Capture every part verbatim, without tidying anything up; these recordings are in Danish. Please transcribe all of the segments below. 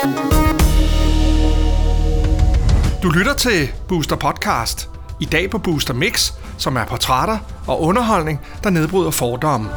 Du lytter til Booster Podcast. I dag på Booster Mix, som er portrætter og underholdning, der nedbryder fordomme.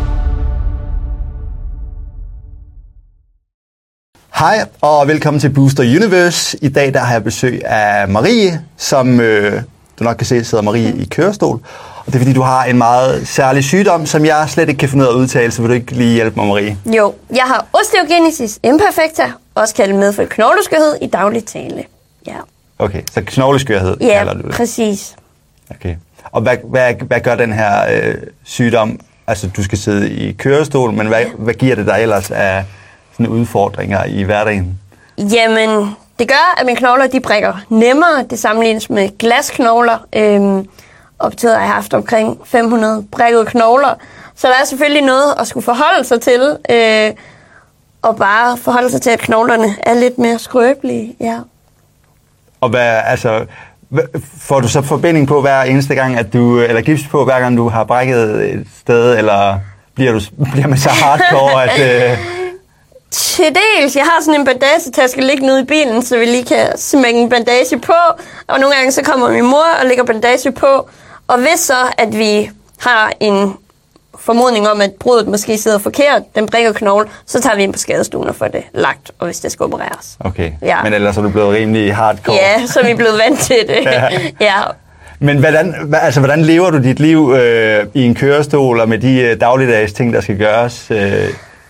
Hej og velkommen til Booster Universe. I dag der har jeg besøg af Marie, som øh, du nok kan se sidder Marie i kørestol. Og det er fordi du har en meget særlig sygdom, som jeg slet ikke kan finde ud af at udtale, så vil du ikke lige hjælpe mig, Marie? Jo, jeg har osteogenesis imperfecta, også kaldet medfødt knogleskørhed i daglig tale. Ja. Okay, så knogleskørhed ja, kalder du det? Præcis. Okay. Og hvad, hvad, hvad gør den her øh, sygdom? Altså, du skal sidde i kørestol, men hvad, hvad giver det dig ellers af sådan udfordringer i hverdagen? Jamen, det gør, at mine knogler de brækker nemmere. Det sammenlignes med glasknogler. Øhm, og betyder, at jeg har haft omkring fem hundrede brækkede knogler. Så der er selvfølgelig noget at skulle forholde sig til. Øh, og bare forholde sig til, at knoglerne er lidt mere skrøbelige. Ja. Og hvad, altså, får du så forbinding på hver eneste gang, at du, eller gips på hver gang du har brækket et sted, eller bliver, du, bliver man så hardcore, at... Øh... Til dels. Jeg har sådan en bandagetaske liggende ude i bilen, så vi lige kan smække en bandage på. Og nogle gange så kommer min mor og lægger bandage på. Og hvis så, at vi har en formodning om, at brudet måske sidder forkert, den brækker knogle, så tager vi ind på skadestuen og får det lagt, og hvis det skal opereres. Okay, ja. Men ellers er du blevet rimelig hardcore. Ja, så er vi blevet vant til det. ja. ja. Men hvordan, altså, hvordan lever du dit liv øh, i en kørestol og med de øh, dagligdags ting, der skal gøres? Øh?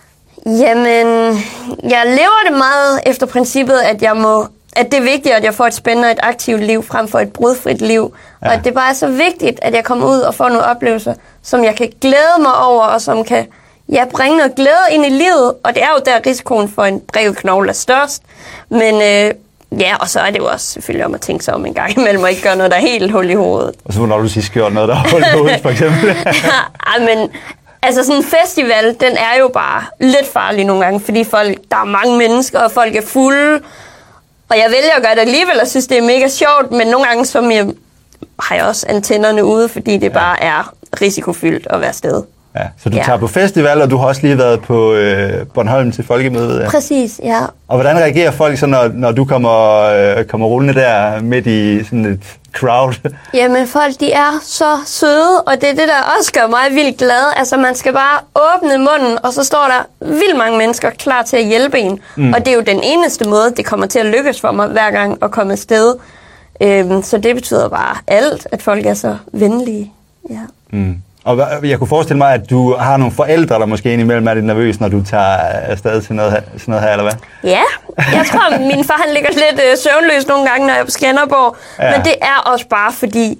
Jamen, jeg lever det meget efter princippet, at jeg må, at det er vigtigt, at jeg får et spændende og et aktivt liv frem for et brudfrit liv. Ja. Og at det bare er så vigtigt, at jeg kommer ud og får nogle oplevelser, som jeg kan glæde mig over, og som kan ja, bringe noget glæde ind i livet. Og det er jo der, risikoen for en brækket knogle er størst. Men øh, ja, og så er det jo også selvfølgelig om at tænke sig om en gang imellem, og ikke gøre noget, der er helt hul i hovedet. Og så når du sidst gjorde noget, der er hul i hovedet, for eksempel? ja, men... Altså sådan en festival, den er jo bare lidt farlig nogle gange, fordi folk, der er mange mennesker, og folk er fulde. Og jeg vælger at gøre det alligevel, og synes, det er mega sjovt, men nogle gange så jeg, har jeg også antennerne ude, fordi det ja. bare er risikofyldt at være sted. Ja, så du ja. tager på festival, og du har også lige været på øh, Bornholm til folkemødet. Ja. Præcis, ja. Og hvordan reagerer folk så, når, når du kommer, øh, kommer rullende der midt i sådan et crowd? Jamen, folk de er så søde, og det er det, der også gør mig vildt glad. Altså, man skal bare åbne munden, og så står der vildt mange mennesker klar til at hjælpe en. Mm. Og det er jo den eneste måde, det kommer til at lykkes for mig hver gang at komme afsted. Øhm, så det betyder bare alt, at folk er så venlige. Ja. Mm. Og jeg kunne forestille mig, at du har nogle forældre, der måske indimellem er lidt nervøs, når du tager afsted til noget her, sådan noget her, eller hvad? Ja, jeg tror, at min far han ligger lidt øh, søvnløs nogle gange, når jeg er på Skanderborg. Ja. Men det er også bare fordi,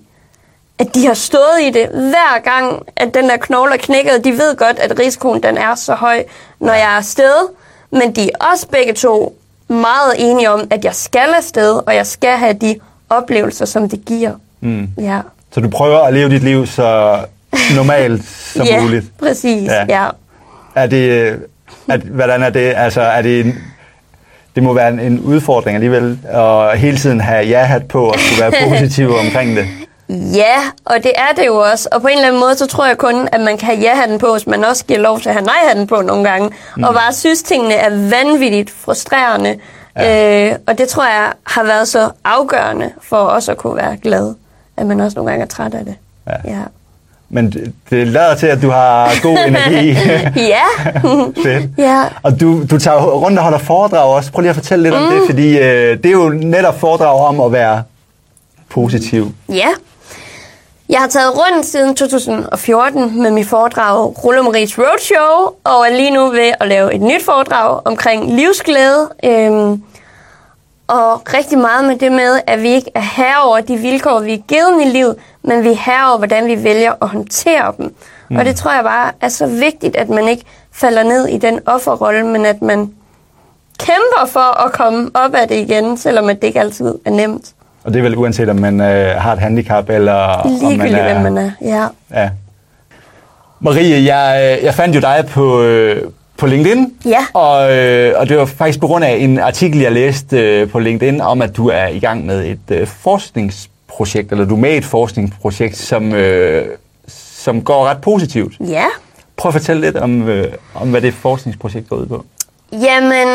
at de har stået i det hver gang, at den der knogle er knækket. De ved godt, at risikoen den er så høj, når jeg er afsted. Men de er også begge to meget enige om, at jeg skal afsted, og jeg skal have de oplevelser, som det giver. Mm. Ja. Så du prøver at leve dit liv så... normalt som ja, muligt. Præcis, ja. ja. Er det, er, hvordan er det, altså er det en, det må være en, en udfordring alligevel, at hele tiden have ja-hat på og skulle være positiv omkring det? Ja, og det er det jo også. Og på en eller anden måde, så tror jeg kun, at man kan have ja-hatten på, hvis man også giver lov til at have nej-hatten på nogle gange. Mm. Og bare synes, tingene er vanvittigt frustrerende. Ja. Øh, og det tror jeg har været så afgørende for også at kunne være glad, at man også nogle gange er træt af det. Ja. ja. Men det, det lader til, at du har god energi. ja. Fedt. ja. Og du, du tager rundt og holder foredrag også. Prøv lige at fortælle lidt mm. om det, fordi øh, det er jo netop foredrag om at være positiv. Ja. Jeg har taget rundt siden to tusind og fjorten med mit foredrag Rulle Maries Roadshow, og er lige nu ved at lave et nyt foredrag omkring livsglæde. Øhm, Og rigtig meget med det med, at vi ikke er herre over de vilkår, vi er givet i livet, men vi er herre over, hvordan vi vælger at håndtere dem. Mm. Og det tror jeg bare er så vigtigt, at man ikke falder ned i den offerrolle, men at man kæmper for at komme op af det igen, selvom det ikke altid er nemt. Og det er vel uanset, om man øh, har et handicap, eller ligegyldigt, om man er... hvem man er, ja. ja. Marie, jeg, jeg fandt jo dig på... Øh, på LinkedIn, ja. og, øh, og det var faktisk på grund af en artikel, jeg læste øh, på LinkedIn, om at du er i gang med et øh, forskningsprojekt, eller du er med i et forskningsprojekt, som, øh, som går ret positivt. Ja. Prøv at fortælle lidt om, øh, om hvad det forskningsprojekt går ud på. Jamen,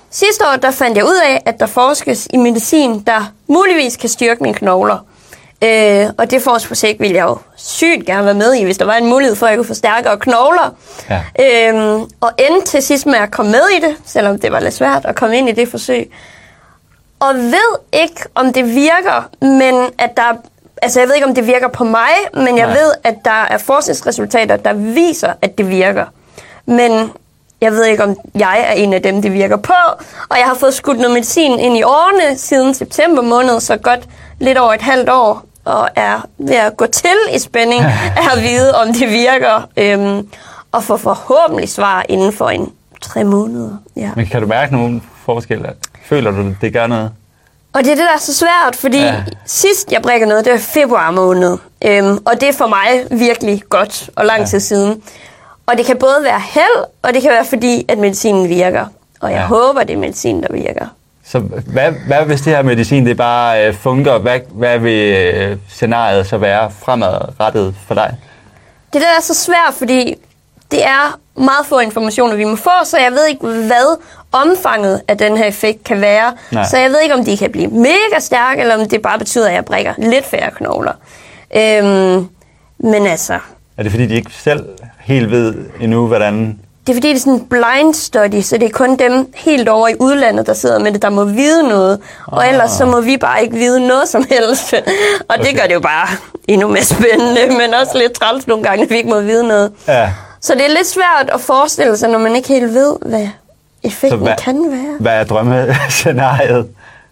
sidste år der fandt jeg ud af, at der forskes i medicin, der muligvis kan styrke mine knogler. Øh, og det forskningsprojekt ville jeg jo sygt gerne være med i, hvis der var en mulighed for, at jeg kunne få stærkere knogler. Ja. Øhm, og endte til sidst med at komme med i det, selvom det var lidt svært at komme ind i det forsøg. Og ved ikke, om det virker, men at der... Altså, jeg ved ikke, om det virker på mig, men jeg Nej. ved, at der er forskningsresultater, der viser, at det virker. Men jeg ved ikke, om jeg er en af dem, det virker på. Og jeg har fået skudt noget medicin ind i årene siden september måned, så godt lidt over et halvt år, og er ved at gå til i spænding af at vide, om det virker. Øhm, og få forhåbentlig svar inden for en tre måneder. Ja. Men kan du mærke nogen forskel? Føler du, det gør noget? Og det er det, der er så svært, fordi ja. sidst jeg brækker noget, det var februar måned. Øhm, og det er for mig virkelig godt og lang tid ja. siden. Og det kan både være held, og det kan være fordi, at medicinen virker. Og jeg ja. håber, det er medicin, der virker. Så hvad, hvad hvis det her medicin, det er bare øh, fungerer? Hvad, hvad vil øh, scenariet så være fremadrettet for dig? Det der er så svært, fordi det er meget få informationer, vi må få, så jeg ved ikke, hvad omfanget af den her effekt kan være. Nej. Så jeg ved ikke, om de kan blive mega stærke, eller om det bare betyder, at jeg brækker lidt færre knogler. Øhm, men altså... Er det fordi, de ikke selv helt ved endnu, hvordan... Det er fordi, det er sådan en blind study, så det er kun dem helt over i udlandet, der sidder med det, der må vide noget. Og ah. ellers så må vi bare ikke vide noget som helst. Og okay. det gør det jo bare endnu mere spændende, men også lidt træls nogle gange, at vi ikke må vide noget. Ja. Så det er lidt svært at forestille sig, når man ikke helt ved, hvad effekten hvad, kan være. Hvad er drømmescenariet?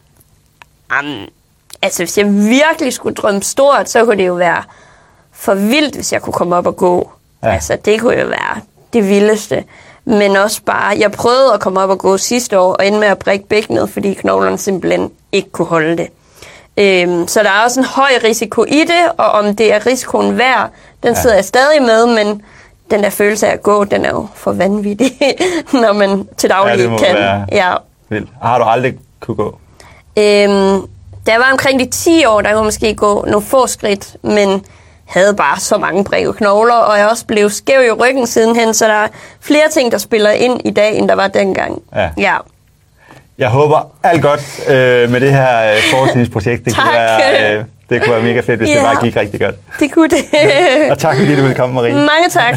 Um, altså, hvis jeg virkelig skulle drømme stort, så kunne det jo være for vildt, hvis jeg kunne komme op og gå. Ja. Altså, det kunne jo være det vildeste. Men også bare, jeg prøvede at komme op og gå sidste år, og endte med at brække bækkenet, fordi knoglerne simpelthen ikke kunne holde det. Øhm, så der er også en høj risiko i det, og om det er risikoen værd, den ja. sidder jeg stadig med, men den der følelse af at gå, den er jo for vanvittig, når man til daglig ja, kan. Være ja. vildt. Har du aldrig kunne gå? Øhm, da jeg var omkring de ti år, der kunne jeg måske gå nogle få skridt, men havde bare så mange brækkede knogler, og jeg også blev skæv i ryggen sidenhen, så der er flere ting, der spiller ind i dag, end der var dengang. Ja. ja. Jeg håber alt godt øh, med det her øh, forskningsprojekt. Det, kunne være, øh, det kunne være mega fedt, hvis ja. det bare gik rigtig godt. Det kunne det. Og tak fordi du ville komme, Marie. Mange tak.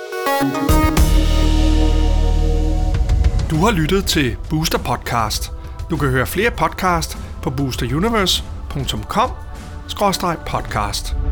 Du har lyttet til Booster Podcast. Du kan høre flere podcast på booster universe punktum com skråstreg podcast.